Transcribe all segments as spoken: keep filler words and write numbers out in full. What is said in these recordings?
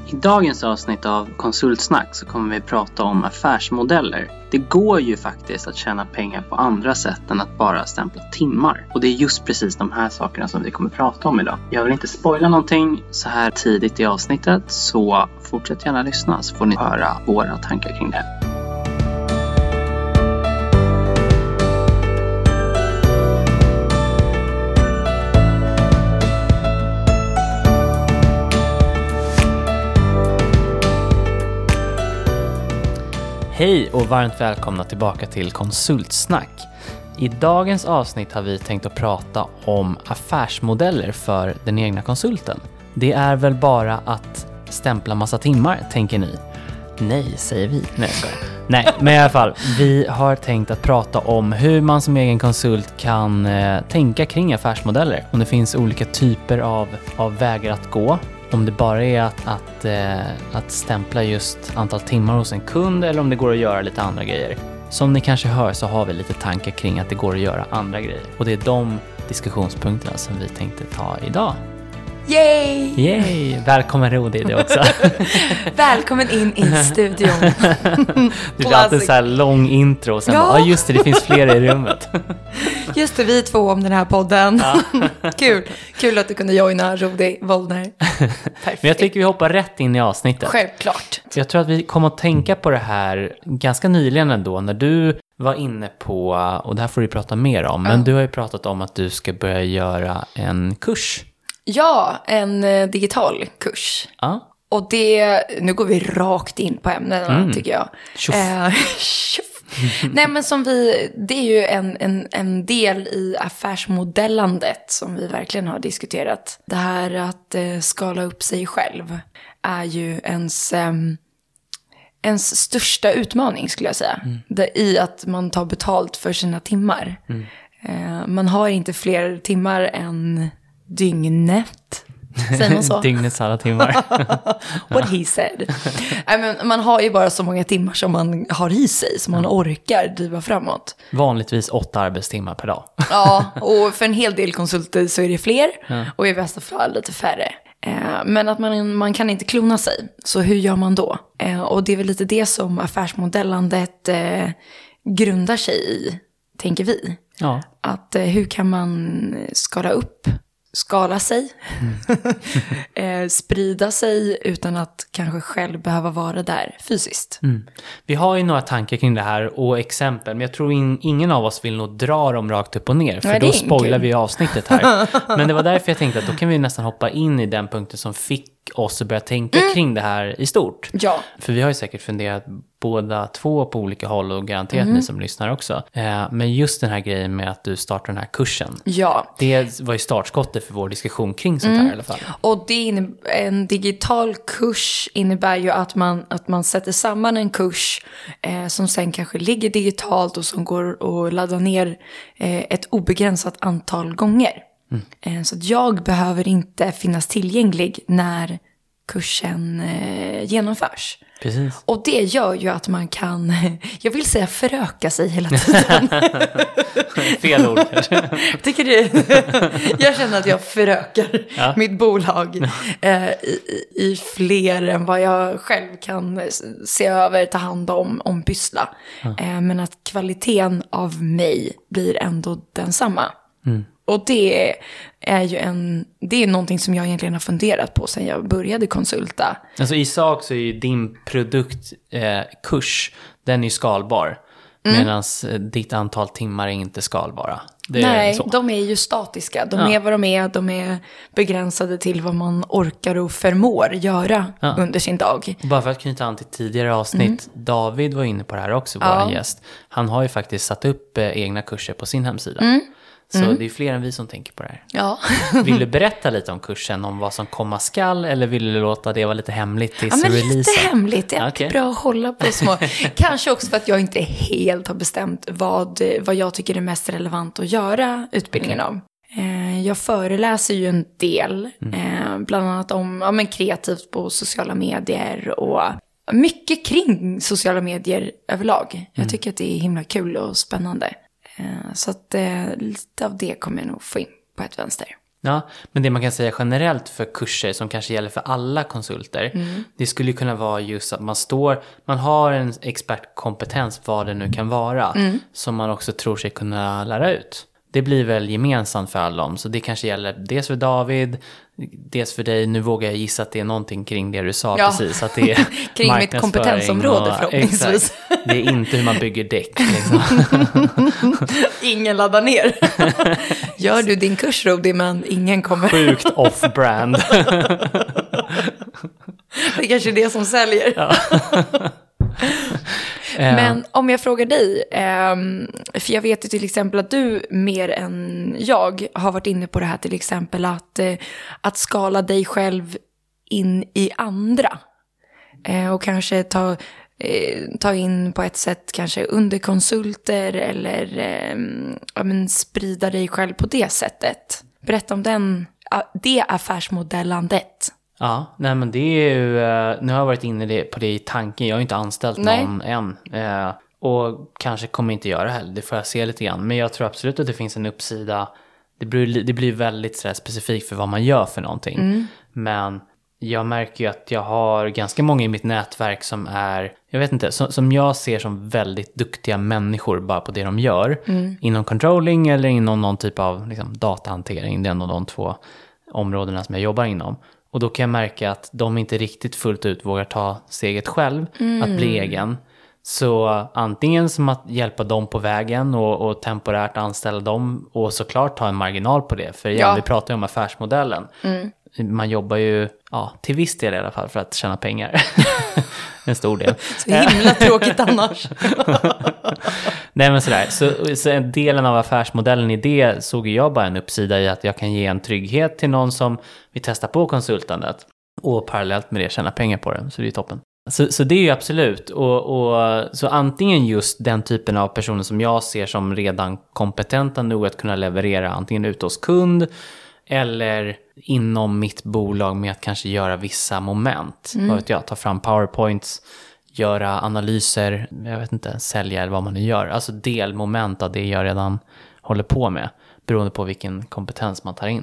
I dagens avsnitt av Konsultsnack så kommer vi prata om affärsmodeller. Det går ju faktiskt att tjäna pengar på andra sätt än att bara stämpla timmar. Och det är just precis de här sakerna som vi kommer prata om idag. Jag vill inte spoila någonting så här tidigt i avsnittet, så fortsätt gärna lyssna så får ni höra våra tankar kring det. Hej och varmt välkomna tillbaka till Konsultsnack. I dagens avsnitt har vi tänkt att prata om affärsmodeller för den egna konsulten. Det är väl bara att stämpla massa timmar, tänker ni? Nej, säger vi. Nej, jag skojar. Nej, men i alla fall, vi har tänkt att prata om hur man som egen konsult kan eh, tänka kring affärsmodeller. Om det finns olika typer av, av vägar att gå. Om det bara är att, att, eh, att stämpla just antal timmar hos en kund eller om det går att göra lite andra grejer. Som ni kanske hör så har vi lite tankar kring att det går att göra andra grejer. Och det är de diskussionspunkterna som vi tänkte ta idag. Yay! Yay! Välkommen Rodi det också. Välkommen in i studion. Det blir alltid så här lång intro och sen ja. bara, ah, just det, det finns fler i rummet. Just det, vi två om den här podden. Ja. Kul, kul att du kunde joina Rodi Wollner. Men jag tycker vi hoppar rätt in i avsnittet. Självklart. Jag tror att vi kommer att tänka på det här ganska nyligen ändå när du var inne på, och det här får du prata mer om, men ja. du har ju pratat om att du ska börja göra en kurs. Ja, en eh, digital kurs. Ja. Och det, nu går vi rakt in på ämnena mm. tycker jag. Eh, Nej men som vi, det är ju en, en, en del i affärsmodellandet som vi verkligen har diskuterat. Det här att eh, skala upp sig själv är ju ens, eh, ens största utmaning skulle jag säga. Mm. Det, i att man tar betalt för sina timmar. Mm. Eh, man har inte fler timmar än dygnet. Säger man så? Dygnets alla timmar. What he said. I mean, man har ju bara så många timmar som man har i sig, som man orkar driva framåt. Vanligtvis åtta arbetstimmar per dag. Ja, och för en hel del konsulter så är det fler. Ja. Och i bästa fall lite färre. Men att man, man kan inte klona sig. Så hur gör man då? Och det är väl lite det som affärsmodellandet grundar sig i, tänker vi. Ja. Att hur kan man skala upp, skala sig, mm. eh, sprida sig utan att kanske själv behöva vara där fysiskt. Mm. Vi har ju några tankar kring det här och exempel, men jag tror in, ingen av oss vill nog dra dem rakt upp och ner, för Nej, då spoilar vi avsnittet här. Men det var därför jag tänkte att då kan vi nästan hoppa in i den punkten som fick oss att börja tänka mm. kring det här i stort. Ja. För vi har ju säkert funderat båda två på olika håll och garanterat mm. ni som lyssnar också. Eh, men just den här grejen med att du startar den här kursen. Ja. Det var ju startskottet för vår diskussion kring sånt här mm. i alla fall. Och det innebär, en digital kurs innebär ju att man, att man sätter samman en kurs eh, som sen kanske ligger digitalt och som går att ladda ner eh, ett obegränsat antal gånger. Mm. Så att jag behöver inte finnas tillgänglig när kursen eh, genomförs. Precis. Och det gör ju att man kan, jag vill säga föröka sig hela tiden. Fel ord kanske. Tycker du? Jag känner att jag förökar ja. mitt bolag eh, i, i fler än vad jag själv kan se över, ta hand om, om pyssla. Ja. Eh, men att kvaliteten av mig blir ändå densamma. Mm. Och det är ju en, det är någonting som jag egentligen har funderat på sedan jag började konsulta. Alltså i sak så är ju din produktkurs, eh, den är ju skalbar. Mm. Medan ditt antal timmar är inte skalbara. Det Nej, är så. De är ju statiska. De ja. är vad de är. De är begränsade till vad man orkar och förmår göra ja. under sin dag. Bara för att knyta an till tidigare avsnitt. Mm. David var inne på det här också, vår ja. gäst. Han har ju faktiskt satt upp eh, egna kurser på sin hemsida. Mm. Så mm. det är fler än vi som tänker på det här. Ja. Vill du berätta lite om kursen, om vad som komma skall, eller vill du låta det vara lite hemligt tills releasen? Ja, men releasen? lite hemligt. Det är okay. bra att hålla på små. Kanske också för att jag inte helt har bestämt vad, vad jag tycker är mest relevant att göra utbildningen okay. om. Eh, jag föreläser ju en del, mm. eh, bland annat om ja, men kreativt på sociala medier och mycket kring sociala medier överlag. Mm. Jag tycker att det är himla kul och spännande. Så att eh, lite av det kommer jag nog få in på ett vänster. Ja, men det man kan säga generellt för kurser som kanske gäller för alla konsulter, mm. det skulle kunna vara just att man står, man har en expertkompetens, vad det nu kan vara, mm. som man också tror sig kunna lära ut. Det blir väl gemensamt för alla dem, så det kanske gäller dels för David, dels för dig. Nu vågar jag gissa att det är någonting kring det du sa ja. precis. Att det är kring mitt kompetensområde och, förhoppningsvis. Exakt. Det är inte hur man bygger däck. Liksom. Ingen laddar ner. Gör du din kurs, Rodi, men ingen kommer... Sjukt off-brand. Det är kanske det som säljer. Ja. Men om jag frågar dig, för jag vet ju till exempel att du mer än jag har varit inne på det här till exempel att, att skala dig själv in i andra och kanske ta, ta in på ett sätt kanske underkonsulter eller ja, men sprida dig själv på det sättet. Berätta om den, det affärsmodellandet. Ja, nej men det är ju, nu har jag varit inne på det i tanken, jag har ju inte anställt nej. någon än. Eh, och kanske kommer inte göra heller, det får jag se lite grann. Men jag tror absolut att det finns en uppsida, det blir, det blir väldigt så här specifikt för vad man gör för någonting. Mm. Men jag märker ju att jag har ganska många i mitt nätverk som är, jag vet inte, som, som jag ser som väldigt duktiga människor bara på det de gör. Mm. Inom controlling eller inom någon typ av liksom, datahantering, det är en av de två områdena som jag jobbar inom. Och då kan jag märka att de inte riktigt fullt ut vågar ta steget själv mm. att bli egen. Så antingen som att hjälpa dem på vägen och, och temporärt anställa dem och såklart ta en marginal på det. För igen, ja. vi pratar ju om affärsmodellen. Mm. Man jobbar ju ja, till viss del i alla fall för att tjäna pengar. En stor del. Så himla tråkigt annars. Nej men sådär, så, så en delen av affärsmodellen i det såg jag bara en uppsida i att jag kan ge en trygghet till någon som vill testa på konsultandet och parallellt med det tjäna pengar på det, så det är toppen. Så, så det är ju absolut, och, och så antingen just den typen av personer som jag ser som redan kompetenta nog att kunna leverera antingen ut hos kund eller inom mitt bolag med att kanske göra vissa moment. Mm. Vad vet jag, ta fram PowerPoints, göra analyser, jag vet inte, sälja eller vad man nu gör. Alltså delmoment av det jag redan håller på med, beroende på vilken kompetens man tar in.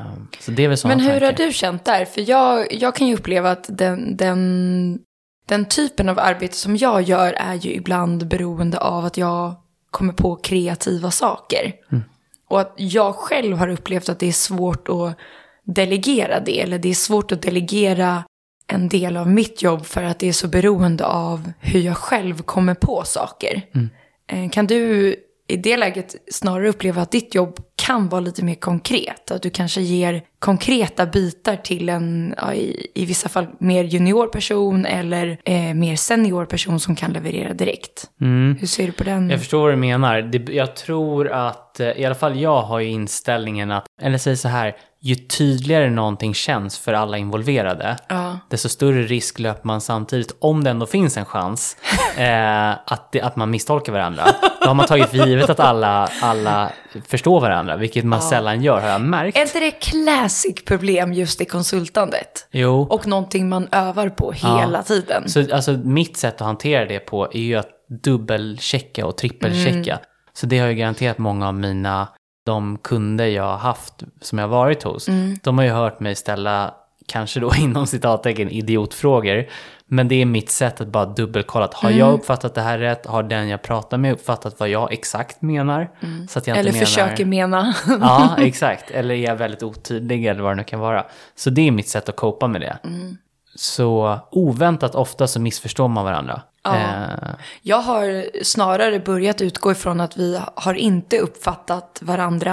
Så det är väl sådana Men hur tankar. har du känt där? För jag, jag kan ju uppleva att den, den, den typen av arbete som jag gör är ju ibland beroende av att jag kommer på kreativa saker. Mm. Och att jag själv har upplevt att det är svårt att delegera det. Eller det är svårt att delegera en del av mitt jobb för att det är så beroende av hur jag själv kommer på saker. Mm. Kan du i det läget snarare uppleva att ditt jobb kan vara lite mer konkret? Att du kanske ger konkreta bitar till en, ja, i, i vissa fall, mer junior person eller eh, mer senior person som kan leverera direkt. Mm. Hur ser du på den? Jag förstår vad du menar. Det, jag tror att, i alla fall jag har ju inställningen att, eller säg så här, ju tydligare någonting känns för alla involverade, ja. desto större risk löper man samtidigt, om det ändå finns en chans, eh, att, det, att man misstolkar varandra. Då har man tagit för givet att alla, alla förstår varandra, vilket man ja. sällan gör, har jag märkt. Är inte det classic problem just i konsultandet? Jo. Och någonting man övar på hela ja. tiden. Så alltså, mitt sätt att hantera det på är ju att dubbelchecka och trippelchecka. Mm. Så det har ju garanterat många av mina de kunder jag har haft som jag har varit hos, mm. de har ju hört mig ställa, kanske då inom citattecken, idiotfrågor. Men det är mitt sätt att bara dubbelkolla att har mm. jag uppfattat det här rätt? Har den jag pratar med uppfattat vad jag exakt menar? Mm. Så att jag eller inte försöker menar... mena. Ja, exakt. Eller är jag väldigt otydlig eller vad det nu kan vara. Så det är mitt sätt att copa med det. Mm. Så oväntat ofta så missförstår man varandra. Ja. Eh. Jag har snarare börjat utgå ifrån att vi har inte uppfattat varandra.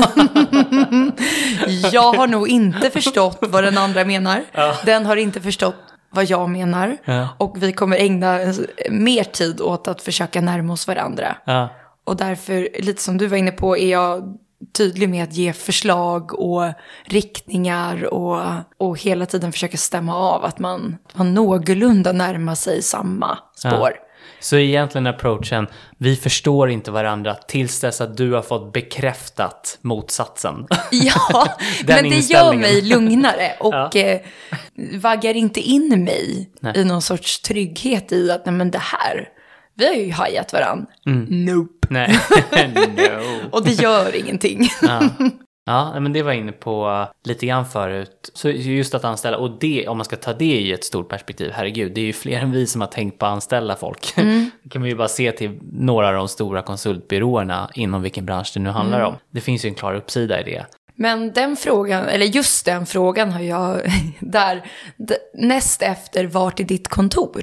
Jag har nog inte förstått vad den andra menar. Ja. Den har inte förstått vad jag menar. Ja. Och vi kommer ägna mer tid åt att försöka närma oss varandra. Ja. Och därför, lite som du var inne på, är jag tydlig med att ge förslag och riktningar och, och hela tiden försöka stämma av att man, man någorlunda närmar sig samma spår. Ja. Så egentligen approachen, vi förstår inte varandra tills dess att du har fått bekräftat motsatsen. Ja, men det gör mig lugnare och ja. eh, vaggar inte in mig nej. i någon sorts trygghet i att nej, men det här, vi har ju hajat varandra. Mm. Nope. Nej. No. Och det gör ingenting. Ja. Ja, men det var inne på lite grann förut. Så just att anställa, och det, om man ska ta det i ett stort perspektiv, herregud, det är ju fler än vi som har tänkt på att anställa folk. Mm. Det kan man ju bara se till några av de stora konsultbyråerna inom vilken bransch det nu handlar mm. om. Det finns ju en klar uppsida i det. Men den frågan, eller just den frågan har jag där d- näst efter vart är ditt kontor?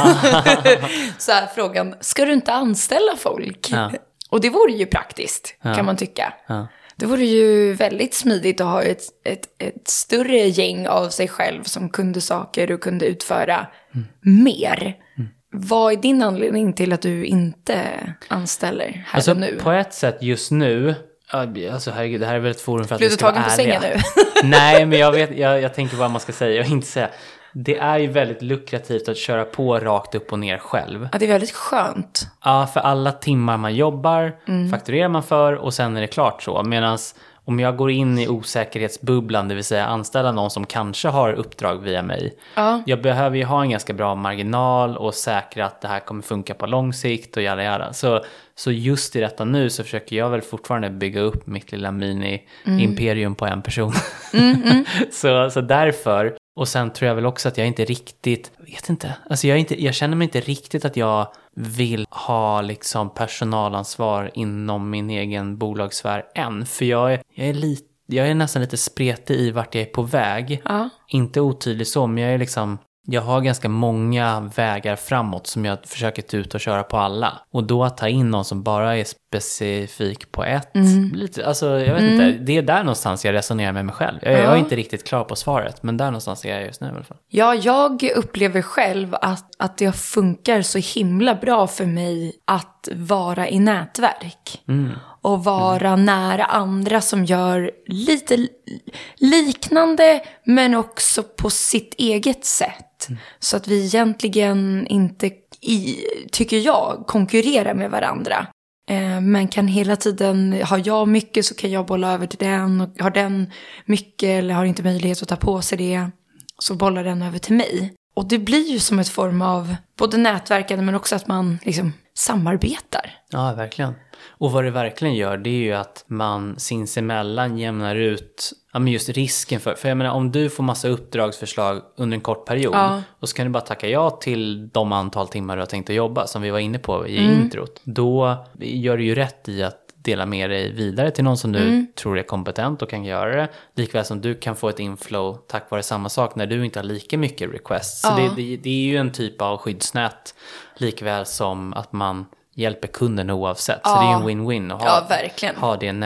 Så här frågan, ska du inte anställa folk? Ja. Och det vore ju praktiskt, ja. Kan man tycka. Ja. Det vore ju väldigt smidigt att ha ett, ett, ett större gäng av sig själv som kunde saker och kunde utföra mm. mer. Mm. Vad är din anledning till att du inte anställer här alltså, och nu? På ett sätt just nu, alltså herregud, det här är väl ett forum för att vi ska vara ärliga. Blir du tagen på sängen nu? Nej, men jag, vet, jag, jag tänker vad man ska säga och inte säga. Det är ju väldigt lukrativt att köra på rakt upp och ner själv. Ja, det är väldigt skönt. Ja, för alla timmar man jobbar mm. fakturerar man för och sen är det klart så. Medan om jag går in i osäkerhetsbubblan, det vill säga anställa någon som kanske har uppdrag via mig. Ja. Jag behöver ju ha en ganska bra marginal och säkra att det här kommer funka på lång sikt och jada jada. Så, så just i detta nu så försöker jag väl fortfarande bygga upp mitt lilla mini-imperium mm. på en person. Mm, mm. så, så därför... Och sen tror jag väl också att jag inte riktigt, jag vet inte, alltså jag, är inte, jag känner mig inte riktigt att jag vill ha liksom personalansvar inom min egen bolagssfär än. För jag är, jag är, lite, jag är nästan lite spretig i vart jag är på väg. Ja. Inte otydlig så, men jag är liksom... Jag har ganska många vägar framåt som jag försöker ta ut och köra på alla. Och då att ta in någon som bara är specifik på ett. Mm. Lite, alltså jag vet mm. inte, det är där någonstans jag resonerar med mig själv. Jag, ja. jag är inte riktigt klar på svaret, men där någonstans är jag just nu i alla fall. Ja, jag upplever själv att, att det funkar så himla bra för mig att vara i nätverk. Mm. Och vara mm. nära andra som gör lite liknande men också på sitt eget sätt. Mm. Så att vi egentligen inte, i, tycker jag, konkurrerar med varandra. Eh, men kan hela tiden, har jag mycket så kan jag bolla över till den. Och har den mycket eller har inte möjlighet att ta på sig det så bollar den över till mig. Och det blir ju som ett form av både nätverkande men också att man liksom samarbetar. Ja, verkligen. Och vad det verkligen gör, det är ju att man sinsemellan jämnar ut ja, men just risken för... För jag menar, om du får massa uppdragsförslag under en kort period ja. och så kan du bara tacka ja till de antal timmar du har tänkt att jobba, som vi var inne på i mm. introt. Då gör du ju rätt i att dela med dig vidare till någon som du mm. tror är kompetent och kan göra det. Likväl som du kan få ett inflow tack vare samma sak när du inte har lika mycket requests. Så ja. det, det, det är ju en typ av skyddsnät likväl som att man hjälper kunden oavsett. Ja. Så det är ju en win-win att ha, ja, verkligen. ha det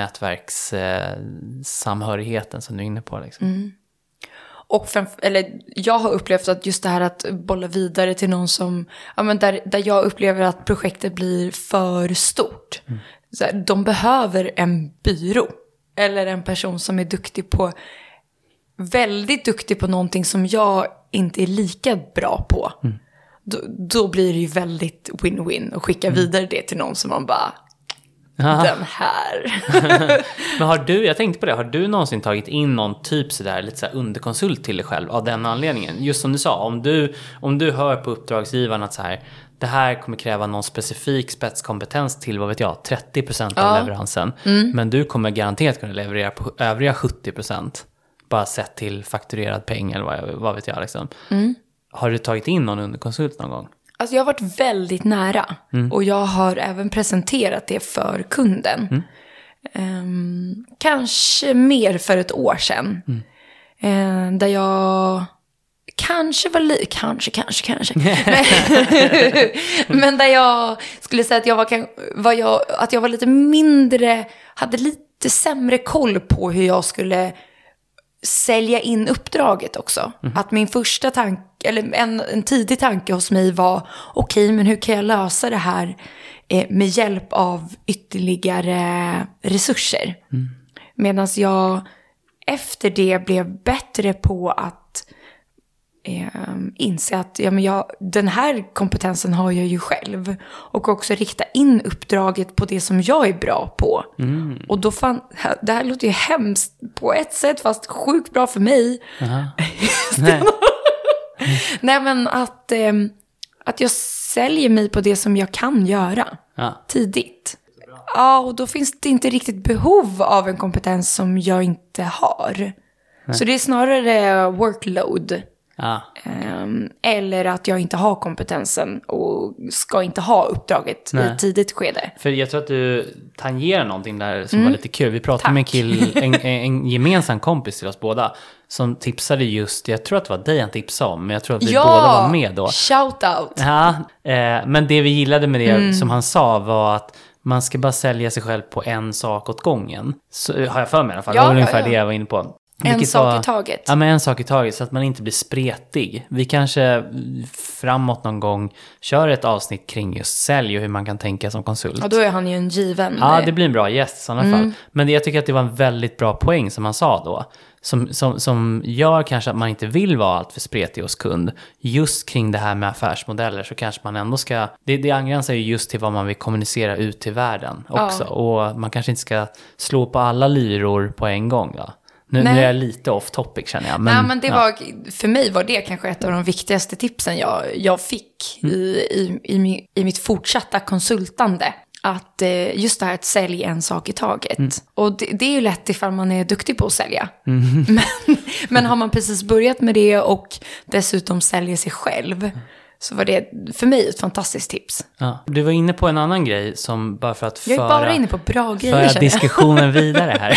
nätverkssamhörigheten eh, som du är inne på. Liksom. Mm. Och för, eller, jag har upplevt att just det här att bolla vidare till någon som, ja, men där, där jag upplever att projektet blir för stort. Mm. Så här, de behöver en byrå eller en person som är duktig på, väldigt duktig på någonting som jag inte är lika bra på. Mm. Då, då blir det ju väldigt win-win och skicka mm. vidare det till någon som man bara, aha. Den här. Men har du, jag tänkte på det, har du någonsin tagit in någon typ sådär lite sådär underkonsult till dig själv av den anledningen? Just som du sa, om du, om du hör på uppdragsgivaren att så här, det här kommer kräva någon specifik spetskompetens till, vad vet jag, trettio procent av ja. leveransen. Mm. Men du kommer garanterat kunna leverera på övriga sjuttio procent. Bara sett till fakturerad peng eller vad, vad vet jag liksom. Mm. Har du tagit in någon underkonsult någon gång? Alltså jag har varit väldigt nära. Mm. Och jag har även presenterat det för kunden. Mm. Um, kanske mer för ett år sedan. Mm. Uh, där jag kanske var li- Kanske, kanske, kanske. men, men där jag skulle säga att jag var, var jag, att jag var lite mindre, hade lite sämre koll på hur jag skulle sälja in uppdraget också. Mm. Att min första tanke, eller en, en tidig tanke hos mig var, okej, okay, men hur kan jag lösa det här eh, med hjälp av ytterligare resurser? Mm. Medan jag efter det blev bättre på att eh, inse att ja, men jag, den här kompetensen har jag ju själv. Och också rikta in uppdraget på det som jag är bra på. Mm. Och då fann, det här låter ju hemskt på ett sätt, fast sjukt bra för mig. Uh-huh. Nej. Nej, men att, eh, att jag säljer mig på det som jag kan göra ja. tidigt. Ja, och då finns det inte riktigt behov av en kompetens som jag inte har. Nej. Så det är snarare workload. Ah. Um, eller att jag inte har kompetensen och ska inte ha uppdraget Nej. i ett tidigt skede. För jag tror att du tangerar någonting där som mm. var lite kul. Vi pratade Tack. med en, kill, en, en gemensam kompis till oss båda som tipsade just, jag tror att det var dig han tipsade om, men jag tror att vi ja, båda var med då. Shout out! Ja, eh, men det vi gillade med det mm. som han sa var att man ska bara sälja sig själv på en sak åt gången. Så har jag för mig i alla fall. Ja, det var ungefär ja, ja. det jag var inne på. En Vilket sak var, i taget. Ja, men en sak i taget så att man inte blir spretig. Vi kanske framåt någon gång kör ett avsnitt kring just sälj och hur man kan tänka som konsult. Ja, då är han ju en given. Ja, det blir en bra gäst i sådana mm. fall. Men jag tycker att det var en väldigt bra poäng som han sa då. Som, som, som gör kanske att man inte vill vara allt för spretig hos kund. Just kring det här med affärsmodeller så kanske man ändå ska... Det, det angränsar ju just till vad man vill kommunicera ut till världen också. Ja. Och man kanske inte ska slå på alla lyror på en gång då. Nu, nu är jag lite off topic känner jag. Men, Nej, men det ja. var, för mig var det kanske ett av de viktigaste tipsen jag, jag fick mm. i, i, i, min, i mitt fortsatta konsultande. Att eh, just det här att sälja en sak i taget. Mm. Och det, det är ju lätt ifall man är duktig på att sälja. Mm. Men, men har man precis börjat med det och dessutom säljer sig själv... Så var det för mig ett fantastiskt tips. Ja. Du var inne på en annan grej som bara för att föra... Jag är bara inne på bra grejer. Föra diskussionen vidare här.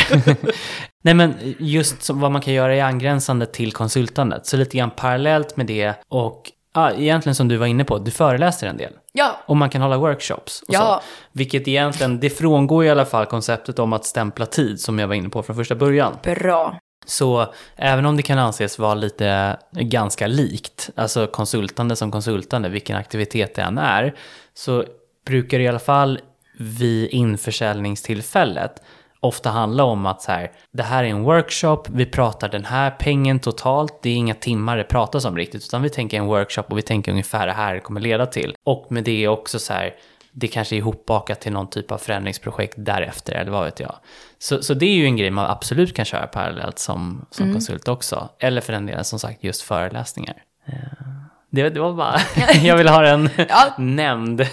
Nej, men just som vad man kan göra i angränsande till konsultandet. Så lite grann parallellt med det. Och ja, egentligen som du var inne på, du föreläser en del. Ja. Och man kan hålla workshops. Och ja. Så. Vilket egentligen, det frångår i alla fall konceptet om att stämpla tid som jag var inne på från första början. Bra. Så även om det kan anses vara lite ganska likt, alltså konsultande som konsultande, vilken aktivitet det än är, så brukar det i alla fall vid införsäljningstillfället ofta handla om att så här, det här är en workshop, vi pratar den här pengen totalt, det är inga timmar det pratas om riktigt, utan vi tänker en workshop och vi tänker ungefär det här kommer leda till. Och med det är också så här, det kanske är ihopbakat till någon typ av förändringsprojekt därefter, eller vad vet jag. Så, så det är ju en grej man absolut kan köra parallellt som, som mm. konsult också. Eller för den delen som sagt just föreläsningar. Det, det var bara, jag vill ha en ja. nämnd.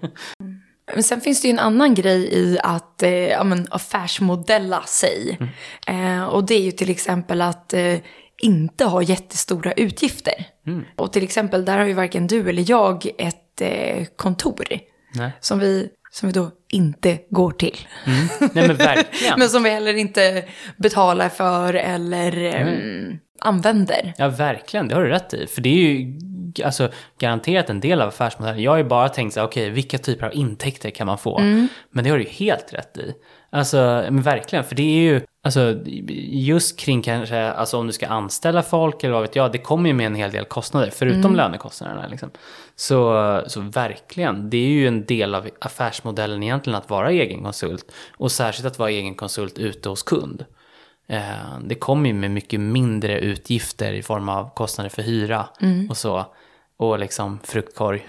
Men sen finns det ju en annan grej i att eh, ja, men, affärsmodella sig. Mm. Eh, och det är ju till exempel att eh, inte ha jättestora utgifter. Mm. Och till exempel där har ju varken du eller jag ett eh, kontor. Nej. Som vi som vi då inte går till. Mm. Nej, men verkligen. Men som vi heller inte betalar för eller mm. um, använder. Ja, verkligen. Det har du rätt i. För det är ju alltså, garanterat en del av affärsmodellen. Jag har ju bara tänkt så här, okej, okay, vilka typer av intäkter kan man få? Mm. Men det har du ju helt rätt i. Alltså, men verkligen. För det är ju, alltså, just kring kanske, alltså om du ska anställa folk eller vad vet jag, det kommer ju med en hel del kostnader, förutom mm. lönekostnaderna liksom. Så, så verkligen, det är ju en del av affärsmodellen egentligen att vara egen konsult. Och särskilt att vara egen konsult ute hos kund. Eh, det kommer ju med mycket mindre utgifter i form av kostnader för hyra mm. och så. Och liksom fruktkorg.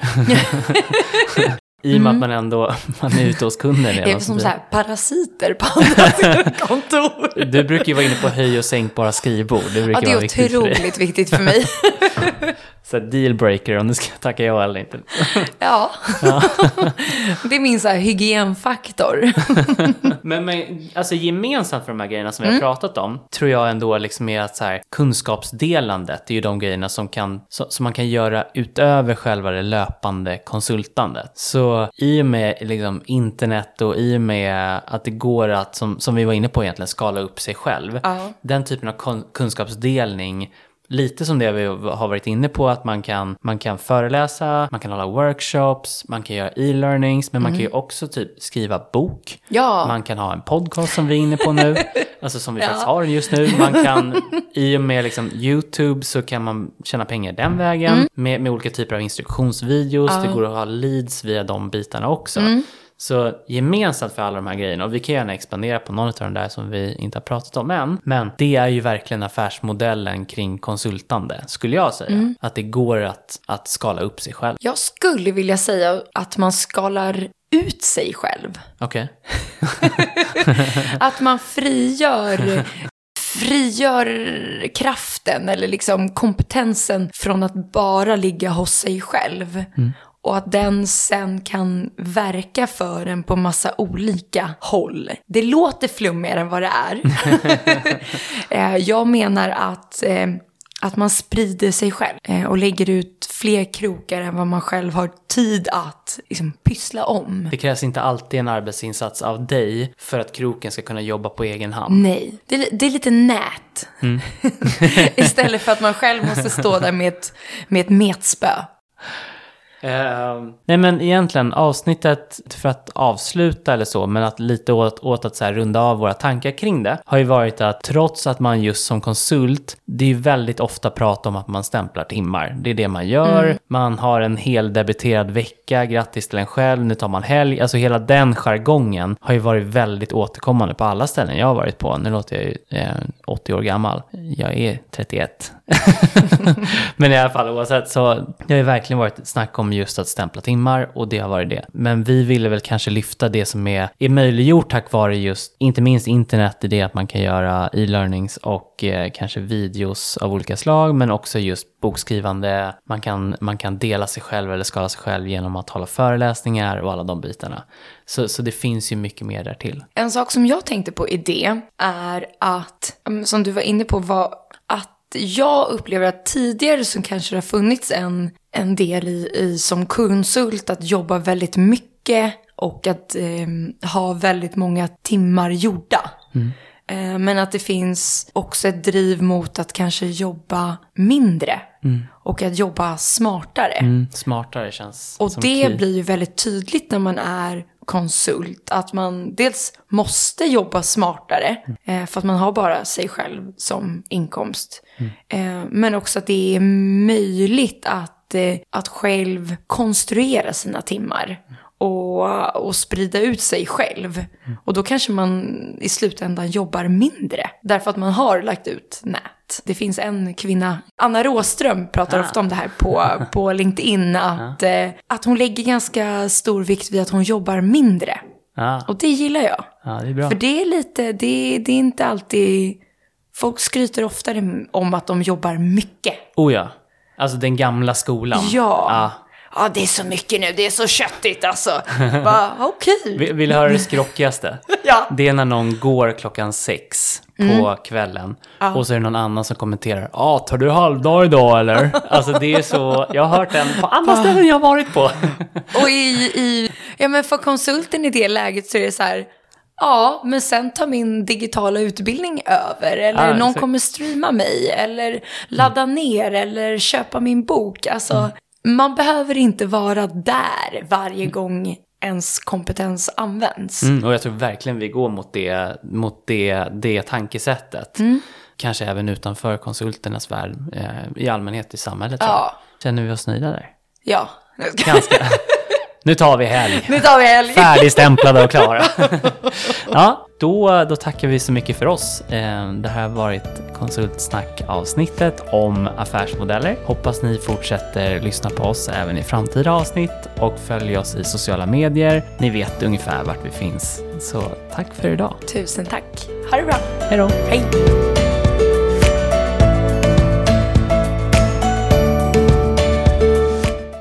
I och med mm. att man ändå man är ute hos kunder. Det är som så här parasiter på andra kontor. Du brukar ju vara inne på höj- och sänkbara skrivbord. Det, brukar ja, det är vara otroligt för viktigt för mig. Så dealbreaker om du ska tacka ja eller inte. Ja, ja. Det är min så här hygienfaktor. men, men alltså gemensamt för de här grejerna som vi mm. har pratat om tror jag ändå liksom är att så här, kunskapsdelandet är ju de grejerna som, kan, så, som man kan göra utöver själva det löpande konsultandet. Så i och med liksom, internet och i och med att det går att, som, som vi var inne på egentligen, skala upp sig själv. Uh. Den typen av kon- kunskapsdelning, lite som det vi har varit inne på, att man kan, man kan föreläsa, man kan hålla workshops, man kan göra e-learnings, men man mm. kan ju också typ skriva bok. Ja. Man kan ha en podcast som vi är inne på nu, alltså som vi ja. faktiskt har just nu. Man kan, i och med liksom YouTube så kan man tjäna pengar den vägen, mm. med, med olika typer av instruktionsvideos, mm. det går att ha leads via de bitarna också. Mm. Så gemensamt för alla de här grejerna, och vi kan gärna expandera på någon av de där som vi inte har pratat om än, men det är ju verkligen affärsmodellen kring konsultande, skulle jag säga. Mm. Att det går att, att skala upp sig själv. Jag skulle vilja säga att man skalar ut sig själv. Okej. Okay. Att man frigör... frigör kraften eller liksom kompetensen från att bara ligga hos sig själv. Mm. och att den sen kan verka för en på massa olika håll. Det låter flummigare än vad det är. Jag menar att, att man sprider sig själv och lägger ut fler krokar än vad man själv har tid att liksom, pyssla om. Det krävs inte alltid en arbetsinsats av dig för att kroken ska kunna jobba på egen hand. Nej, det är, det är lite nät. Mm. Istället för att man själv måste stå där med ett, med ett metspö. Uh, nej men egentligen avsnittet, för att avsluta eller så, men att lite åt, åt att så här runda av våra tankar kring det, har ju varit att trots att man just som konsult, det är ju väldigt ofta prat om att man stämplar timmar. Det är det man gör, mm. man har en hel debiterad vecka, grattis till en själv, nu tar man helg. Alltså hela den jargongen har ju varit väldigt återkommande på alla ställen jag har varit på. Nu låter jag ju eh, åttio år gammal, jag är trettioett. Men i alla fall oavsett, så det har ju verkligen varit ett snack om just att stämpla timmar, och det har varit det. Men vi ville väl kanske lyfta det som är, är möjliggjort tack vare just, inte minst internet, i det att man kan göra e-learnings och eh, kanske videos av olika slag, men också just bokskrivande. Man kan, man kan dela sig själv eller skala sig själv genom att hålla föreläsningar och alla de bitarna. Så, så det finns ju mycket mer där till. En sak som jag tänkte på i det är att, som du var inne på, var att jag upplever att tidigare så kanske det har funnits en, en del i, i som konsult att jobba väldigt mycket och att eh, ha väldigt många timmar gjorda. Mm. Eh, men att det finns också ett driv mot att kanske jobba mindre mm. och att jobba smartare. Mm. Smartare känns och som det key. Blir ju väldigt tydligt när man är konsult, att man dels måste jobba smartare mm. eh, för att man har bara sig själv som inkomst. Mm. Eh, men också att det är möjligt att, eh, att själv konstruera sina timmar och, och sprida ut sig själv. Mm. Och då kanske man i slutändan jobbar mindre därför att man har lagt ut nät. Det finns en kvinna, Anna Råström, pratar ah. ofta om det här på, på LinkedIn, att, ah. eh, att hon lägger ganska stor vikt vid att hon jobbar mindre. Ah. Och det gillar jag. Ah, det är bra. För det är lite, det, det är inte alltid, folk skryter oftare om att de jobbar mycket. Oh ja, alltså den gamla skolan. Ja. Ah. Ja, det är så mycket nu. Det är så köttigt alltså. Bara, okej. Vill, vill höra det skrockigaste? Ja. Det är när någon går klockan sex på mm. kvällen. Ja. Och så är det någon annan som kommenterar. Ja, ah, tar du halvdag idag eller? Alltså det är så. Jag har hört den på andra ställen jag har varit på. Och i, i ja men för konsulten i det läget så är det så här. Ja, men sen tar min digitala utbildning över. Eller ah, någon så... kommer streama mig. Eller ladda mm. ner. Eller köpa min bok. Alltså... Mm. Man behöver inte vara där varje gång ens kompetens används. Mm, och jag tror verkligen vi går mot det, mot det, det tankesättet. Mm. Kanske även utanför konsulternas värld, eh, i allmänhet i samhället. Ja. Känner vi oss nöjda där? Ja. Ganska. Nu tar vi helg. Nu tar vi helg. Färdigstämplade och klara. Ja, då, då tackar vi så mycket för oss. Det här har varit konsultsnack-avsnittet om affärsmodeller. Hoppas ni fortsätter lyssna på oss även i framtida avsnitt och följ oss i sociala medier. Ni vet ungefär vart vi finns. Så tack för idag. Tusen tack. Ha det bra. Hej då. Hej.